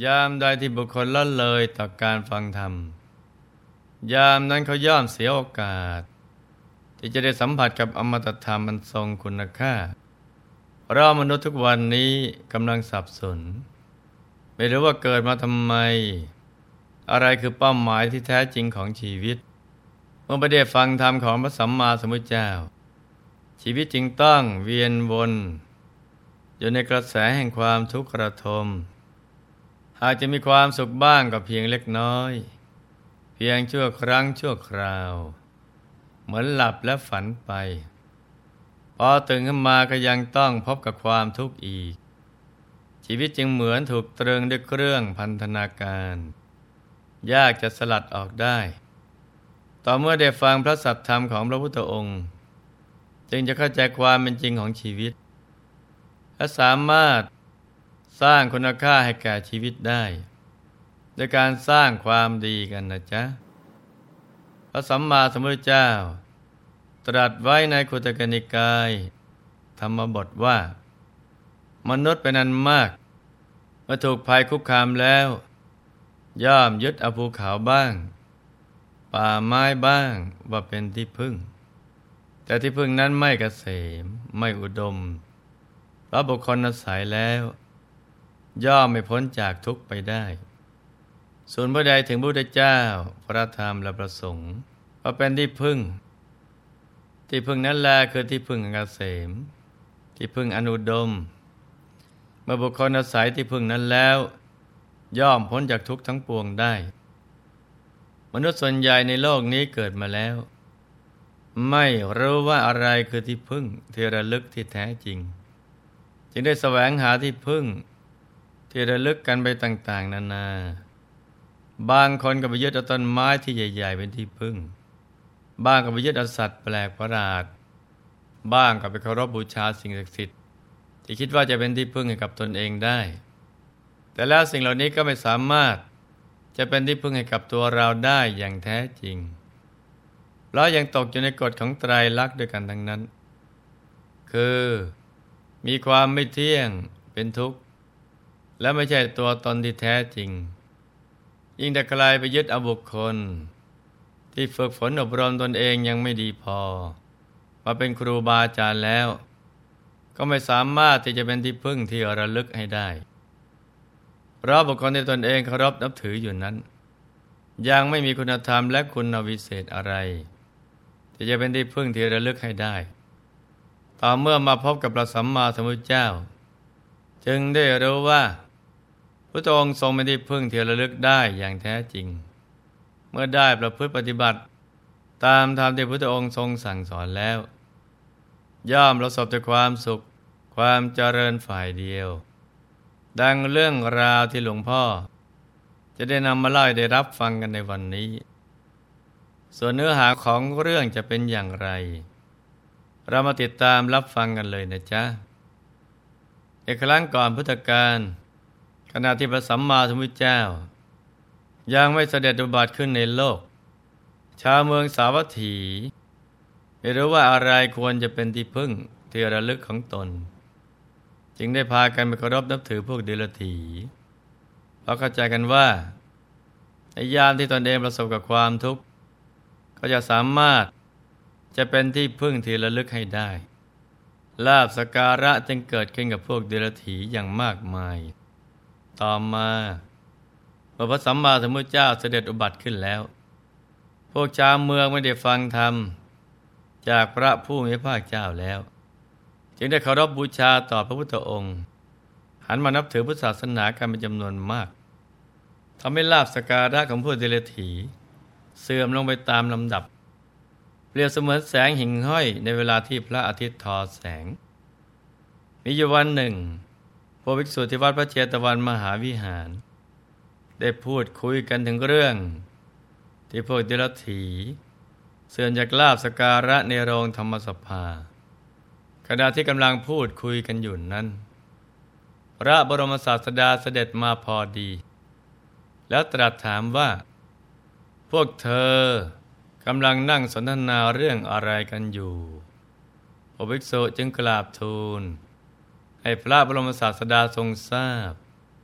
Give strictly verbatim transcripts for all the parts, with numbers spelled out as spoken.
ยามใดที่บุคคลละเลยต่อการฟังธรรมยามนั้นเขาย่อมเสียโอกาสที่จะได้สัมผัสกับอมตะธรรมอันทรงคุณค่าเรามนุษย์ทุกวันนี้กำลังสับสนไม่รู้ว่าเกิดมาทำไมอะไรคือเป้าหมายที่แท้จริงของชีวิตเมื่อไม่ได้ฟังธรรมของพระสัมมาสัมพุทธเจ้าชีวิตจึงต้องเวียนวนอยู่ในกระแสแห่งความทุกข์ระทมหากจะมีความสุขบ้างก็เพียงเล็กน้อยเพียงชั่วครั้งชั่วคราวเหมือนหลับและฝันไปพอตื่นขึ้นมาก็ยังต้องพบกับความทุกข์อีกชีวิตจึงเหมือนถูกตรึงด้วยเครื่องพันธนาการยากจะสลัดออกได้ต่อเมื่อได้ฟังพระสัทธรรมของพระพุทธองค์จึงจะเข้าใจความเป็นจริงของชีวิตและสามารถสร้างคุณค่าให้แก่ชีวิตได้โดยการสร้างความดีกันนะจ๊ะพระสัมมาสัมพุทธเจ้าตรัสไว้ในขุตกนิกายธรรมบทว่ามนุษย์เป็นอันมากเมื่อถูกภัยคุกคามแล้วย่อมยึดเอาภูเขาบ้างป่าไม้บ้างว่าเป็นที่พึ่งแต่ที่พึ่งนั้นไม่เกษมไม่อุดมเพราะบุคคลอาศัยแล้วย่อมไม่พ้นจากทุกข์ไปได้ส่วนผู้ใดถึงพระพุทธเจ้าพระธรรมและพระสงฆ์ว่าเป็นที่พึ่งที่พึ่งนั้นแลคือที่พึ่งอันเกษมที่พึ่งอันอุดมเมื่อบุคคลอาศัยที่พึ่งนั้นแล้วย่อมพ้นจากทุกข์ทั้งปวงได้มนุษย์ส่วนใหญ่ในโลกนี้เกิดมาแล้วไม่รู้ว่าอะไรคือที่พึ่งที่ระลึกที่แท้จริงจึงได้แสวงหาที่พึ่งที่ระลึกกันไปต่างๆนานาบางคนก็ไปยึดเอาต้นไม้ที่ใหญ่ๆเป็นที่พึ่งบ้างก็ไปยึดเอาสัตว์แปลกประหลาดบ้างก็ไปเคารพบูชาสิ่งศักดิ์สิทธิ์ที่คิดว่าจะเป็นที่พึ่งให้กับตนเองได้แต่แล้วสิ่งเหล่านี้ก็ไม่สามารถจะเป็นที่พึ่งให้กับตัวเราได้อย่างแท้จริงเพราะยังตกอยู่ในกฎของไตรลักษณ์ด้วยกันทั้งนั้นคือมีความไม่เที่ยงเป็นทุกข์และไม่ใช่ตัวตนที่แท้จริงยิ่งแต่ใครไปยึดเอาบุคคลที่ฝึกฝนอบรมตนเองยังไม่ดีพอมาเป็นครูบาอาจารย์แล้วก็ไม่สามารถที่จะเป็นที่พึ่งที่ระลึกให้ได้เพราะบุคคลที่ตนเองเคารพนับถืออยู่นั้นยังไม่มีคุณธรรมและคุณวิเศษอะไรที่จะเป็นที่พึ่งที่ระลึกให้ได้ต่อเมื่อมาพบกับพระสัมมาสัมพุทธเจ้าจึงได้รู้ว่าพระองค์ทรงเป็นที่พึ่งที่ระลึกได้อย่างแท้จริงเมื่อได้ประพฤติปฏิบัติตามธรรมที่พระองค์ทรงสั่งสอนแล้วย่อมประสบแต่ความสุขความเจริญฝ่ายเดียวดังเรื่องราวที่หลวงพ่อจะได้นำมาเล่าให้ได้รับฟังกันในวันนี้ส่วนเนื้อหาของเรื่องจะเป็นอย่างไรเรามาติดตามรับฟังกันเลยนะจ๊ะในครั้งก่อนพุทธกาลขณะที่พระสัมมาสัมพุทธเจ้ายังไม่เสด็จอุบัติขึ้นในโลกชาวเมืองสาวัตถีไม่รู้ว่าอะไรควรจะเป็นที่พึ่งที่ระลึกของตนจึงได้พากันไปเคารพนับถือพวกเดรัจฉีเพราะเข้าใจกันว่าในยามที่ตนเองประสบกับความทุกข์ก็จะสามารถจะเป็นที่พึ่งที่ระลึกให้ได้ลาภสักการะจึงเกิดขึ้นกับพวกเดรัจฉีอย่างมากมายต่อมาเมื่อพระสัมมาสัมพุทธเจ้าเสด็จอุบัติขึ้นแล้วพวกชาวเมืองไม่ได้ฟังธรรมจากพระผู้มีพระภาคเจ้าแล้วจึงได้เคารพบูชาต่อพระพุทธองค์หันมานับถือพุทธศาสนากันเป็นจำนวนมากทำให้ลาภสักการะของพวกเดรัจฉีเสื่อมลงไปตามลำดับเปรียบเสมือนแสงหิ่งห้อยในเวลาที่พระอาทิตย์ทอแสงมีอยู่วันหนึ่งพวกภิกษุที่วัดพระเชตวันมหาวิหารได้พูดคุยกันถึงเรื่องที่พวกเดรัจฉีเสื่อมจากลาภสักการะในโรงธรรมสภาขณะที่กำลังพูดคุยกันอยู่นั้นพระบรมศาสดาเสด็จมาพอดีแล้วตรัสถามว่าพวกเธอกำลังนั่งสนทนาเรื่องอะไรกันอยู่พระภิกษุจึงกราบทูลให้พระบรมศาสดาทรงทราบ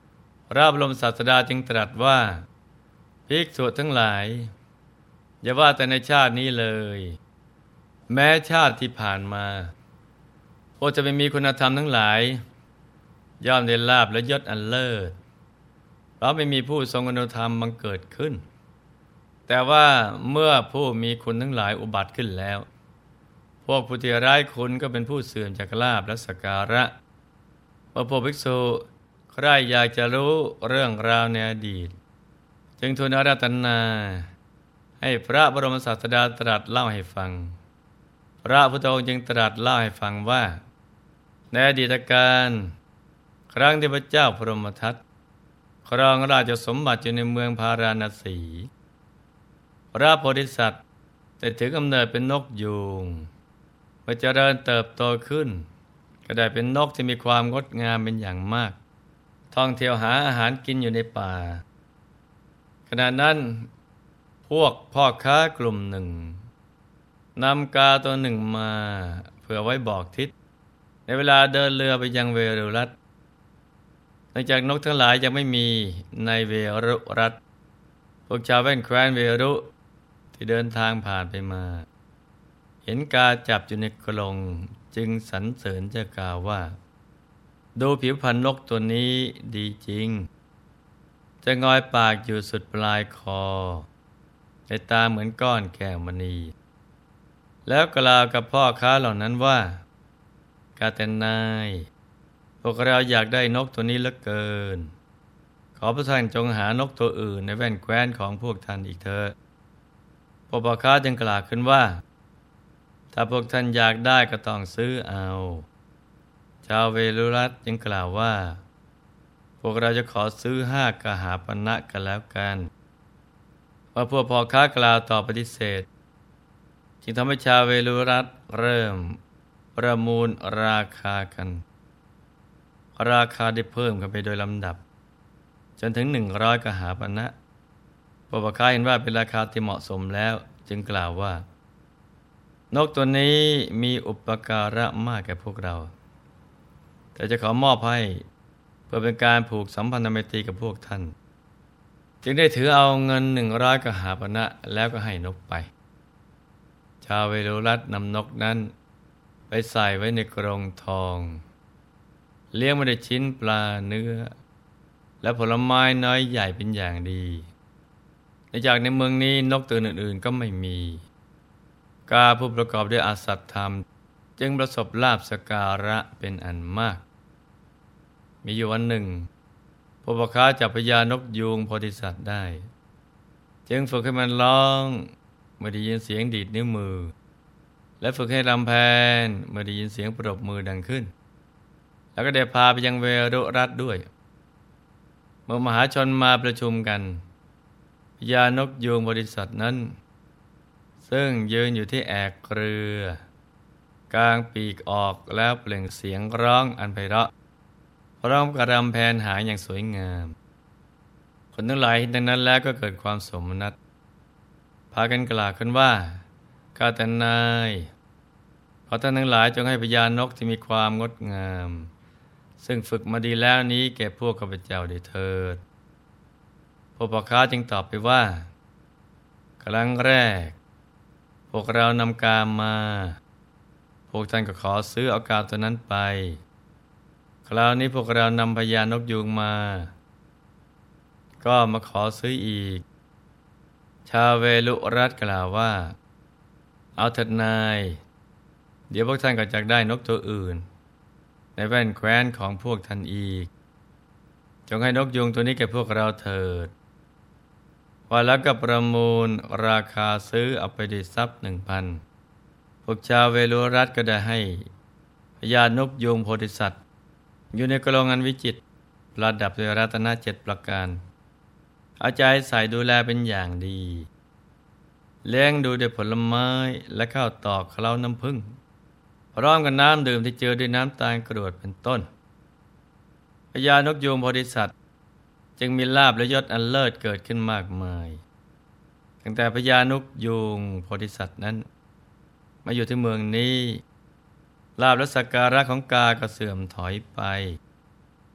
พระบรมศาสดาจึงตรัสว่าภิกษุทั้งหลายอย่าว่าแต่ในชาตินี้เลยแม้ชาติที่ผ่านมาพวกจะไม่มีคุณธรรมทั้งหลายย่อมได้ลาภและยศอันเลิศเพราะไม่มีผู้ทรงคุณธรรมบังเกิดขึ้นแต่ว่าเมื่อผู้มีคุณทั้งหลายอุบัติขึ้นแล้วพวกผู้ที่ร้ายคุณก็เป็นผู้เสื่อมจากลาภและสักการะพระพวกภิกษุใครอยากจะรู้เรื่องราวในอดีตจึงทูลอาราธนาให้พระบรมศาสดาตรัสเล่าให้ฟังพระพุทธองค์จึงตรัสเล่าให้ฟังว่าในอดีตการครั้งที่พระเจ้าพรหมทัตครองราชสมบัติอยู่ในเมืองพาราณสีพระโพธิสัตว์ได้ถือกำเนิดเป็นนกยูงเมื่อเจริญเติบโตขึ้นก็ได้เป็นนกที่มีความงดงามเป็นอย่างมากท่องเที่ยวหาอาหารกินอยู่ในป่าขณะนั้นพวกพ่อค้ากลุ่มหนึ่งนำกาตัวหนึ่งมาเพื่อไว้บอกทิศในเวลาเดินเรือไปยังเวรุรัตหลังจากนกทั้งหลายยังไม่มีในเวรุรัตพวกชาวแว่นแคว้นเวรุที่เดินทางผ่านไปมาเห็นกาจับอยู่ในกรงจึงสรรเสริญเจ้ากาว่าดูผิวพรรณนกตัวนี้ดีจริงจะงอยปากอยู่สุดปลายคอในตาเหมือนก้อนแก้วมณีแล้วกล่าวกับพ่อค้าเหล่านั้นว่ากาแต่นายพวกเราอยากได้นกตัวนี้เหลือเกินขอพระท่านจงหานกตัวอื่นในแว่นแคว้นของพวกท่านอีกเถิดพ่อค้าจึงกล่าวขึ้นว่าถ้าพวกท่านอยากได้ก็ต้องซื้อเอาชาวเวรุรัตจึงกล่าวว่าพวกเราจะขอซื้อห้ากหาปณะกันแล้วกันว่าพวกพ่อค้ากล่าวต่อปฏิเสธจึงทำให้ชาวเวรุรัตเริ่มประมูลราคากันราคาได้เพิ่มกันไปโดยลำดับจนถึงหนึ่งร้อยกหาปณะพวกพ่อค้าเห็นว่าเป็นราคาที่เหมาะสมแล้วจึงกล่าวว่านกตัวนี้มีอุปการะมากแก่พวกเราแต่จะขอมอบให้เพื่อเป็นการผูกสัมพันธไมตรีกับพวกท่านจึงได้ถือเอาเงินหนึ่งร้อยกหาปณะแล้วก็ให้นกไปชาวเวรุรัตนำนกนั้นไปใส่ไว้ในกรงทองเลี้ยงมาได้ชิ้นปลาเนื้อและผลไม้น้อยใหญ่เป็นอย่างดีในจากในเมืองนี้นกตัวอื่นๆก็ไม่มีกาผู้ประกอบด้วยอสัตธรรมจึงประสบลาภสักการะเป็นอันมากมีอยู่วันหนึ่งพวกพ่อค้าจับพญานกยูงโพธิสัตว์ได้จึงฝึกให้มันร้องเมื่อได้ยินเสียงดีดนิ้วมือและฝึกให้รำแพนเมื่อได้ยินเสียงปรบมือดังขึ้นแล้วก็ได้พาไปยังเวรุรัตด้วยเมื่อมหาชนมาประชุมกันพญานกยูงโพธิสัตว์นั้นซึ่งยืนอยู่ที่แอกเรือกางปีกออกแล้วเปล่งเสียงร้องอันไพเราะพร้อมกับรำแพนหางอย่างสวยงามคนทั้งหลายเห็นดังนั้นแล้วก็เกิดความสมนัสพากันกล่าวขึ้นว่าข้าแต่นายขอท่านทั้งหลายจงให้พญานกที่มีความงดงามซึ่งฝึกมาดีแล้วนี้แก่พวกข้าพเจ้าได้เถิดพวกพ่อค้าจึงตอบไปว่าครั้งแรกพวกเรานำกามมาพวกท่านก็ขอซื้อเอากาตัวนั้นไปคราวนี้พวกเรานำพญานกยูงมาก็มาขอซื้ออีกชาวเวรุรัตกล่าวว่าเอาเถิดนายเดี๋ยวพวกท่านก็จะได้นกตัวอื่นในแว่นแคว้นของพวกท่านอีกจงให้นกยูงตัวนี้แก่พวกเราเถิดว่าแล้วก็ประมูลราคาซื้อเอาไปด้วยทรัพย์หนึ่งพันพวกชาวเวรุรัตก็ได้ให้พญานกยูงโพธิสัตว์อยู่ในกรงอันวิจิตรประดับด้วยรัตนเจ็ดประการเอาใจใส่ดูแลเป็นอย่างดีเลี้ยงดูด้วยผลไม้และข้าวตอกเคล้าน้ำผึ้งพร้อมกับน้ำดื่มที่เจือด้วยน้ำตาลกรวดเป็นต้นพญานกยูงโพธิสัตว์จึงมีลาภและยศอันเลิศเกิดขึ้นมากมายตั้งแต่พญานกยูงโพธิสัตว์นั้นมาอยู่ที่เมืองนี้ลาภและสักการะของกาก็เสื่อมถอยไปข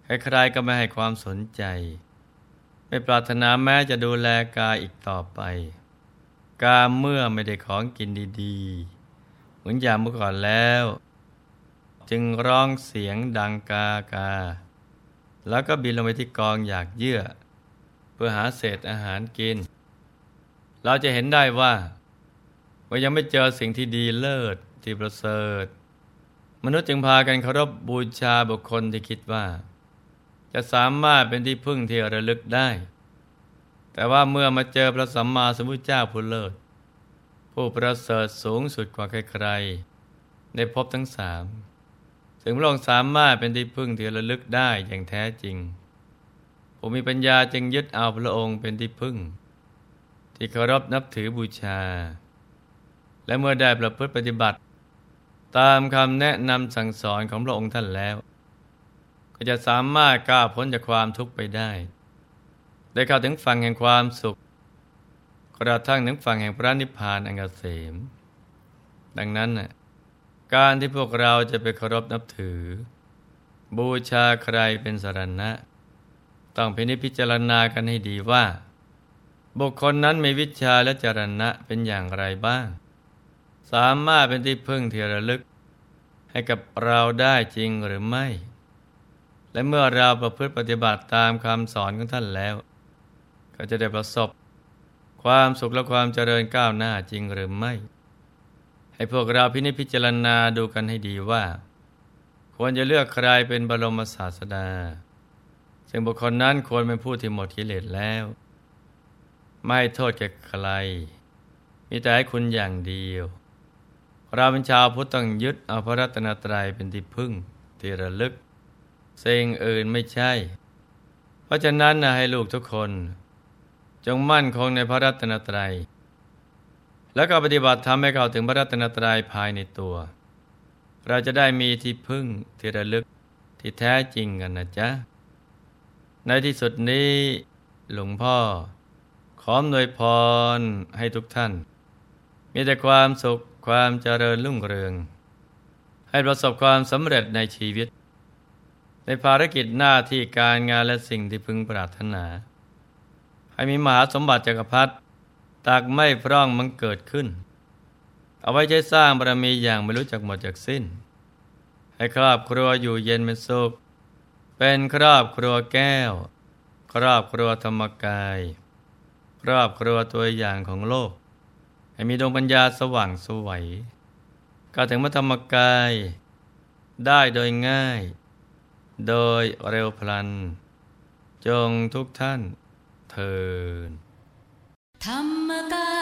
ใครๆก็ไม่ให้ความสนใจไม่ปรารถนาแม้จะดูแลกายอีกต่อไปกาเมื่อไม่ได้ของกินดีๆเหมือนอย่างเมื่อก่อนแล้วจึงร้องเสียงดังกากาแล้วก็บินลงไปที่กองหยากเยื่อเพื่อหาเศษอาหารกินเราจะเห็นได้ว่าว่ายังไม่เจอสิ่งที่ดีเลิศที่ประเสริฐมนุษย์จึงพากันเคารพบูชาบุคคลที่คิดว่าจะสามารถเป็นที่พึ่งที่ระลึกได้แต่ว่าเมื่อมาเจอพระสัมมาสัมพุทธเจ้าผู้เลิศผู้ประเสริฐสูงสุดกว่าใครๆในภพทั้งสามถึงพระองค์สามารถเป็นที่พึ่งที่ระลึกได้อย่างแท้จริงผู้มีปัญญาจึงยึดเอาพระองค์เป็นที่พึ่งที่เคารพนับถือบูชาและเมื่อได้ประพฤติปฏิบัติตามคำแนะนำสั่งสอนของพระองค์ท่านแล้วก็จะสามารถก้าวพ้นจากความทุกข์ไปได้ได้เข้าถึงฝั่งแห่งความสุขกระทั่งถึงฝั่งแห่งพระนิพพานอันเกษมดังนั้นน่ะการที่พวกเราจะไปเคารพนับถือบูชาใครเป็นสรณะต้องพินิจพิจารณากันให้ดีว่าบุคคลนั้นมีวิชาและจรณะเป็นอย่างไรบ้างสามารถเป็นที่พึ่งที่ระลึกให้กับเราได้จริงหรือไม่และเมื่อเราประพฤติปฏิบัติตามคำสอนของท่านแล้วก็จะได้ประสบความสุขและความเจริญก้าวหน้าจริงหรือไม่ให้พวกเราพินิจพิจารณาดูกันให้ดีว่าควรจะเลือกใครเป็นบรมศาสดาซึ่งบุคคลนั้นควรเป็นผู้ที่หมดกิเลสแล้วไม่ให้โทษแก่ใครมีแต่ให้คุณอย่างเดียวเราเป็นชาวพุทธต้องยึดเอาพระรัตนตรัยเป็นที่พึ่งที่ระลึกสิ่งอื่นไม่ใช่เพราะฉะนั้นนะให้ลูกทุกคนจงมั่นคงในพระรัตนตรัยแล้วก็ปฏิบัติทำให้เข้าถึงพระรัตนตรัยภายในตัวเราจะได้มีที่พึ่งที่ระลึกที่แท้จริงกันนะจ๊ะในที่สุดนี้หลวงพ่อขออำนวยพรให้ทุกท่านมีแต่ความสุขความเจริญรุ่งเรืองให้ประสบความสำเร็จในชีวิตในภารกิจหน้าที่การงานและสิ่งที่พึงปรารถนาให้มีมหาสมบัติจักรพรรดิตักไม่พร่องมันเกิดขึ้นเอาไว้ใช้สร้างบารมีอย่างไม่รู้จักหมดจากสิ้นให้ครอบครัวอยู่เย็นเป็นสุขเป็นครอบครัวแก้วครอบครัวธรรมกายครอบครัวตัวอย่างของโลกให้มีดวงปัญญาสว่างไสวเข้าถึงพระธรรมกายได้โดยง่ายโดยเร็วพลันจงทุกท่านเทอญธรรมกาย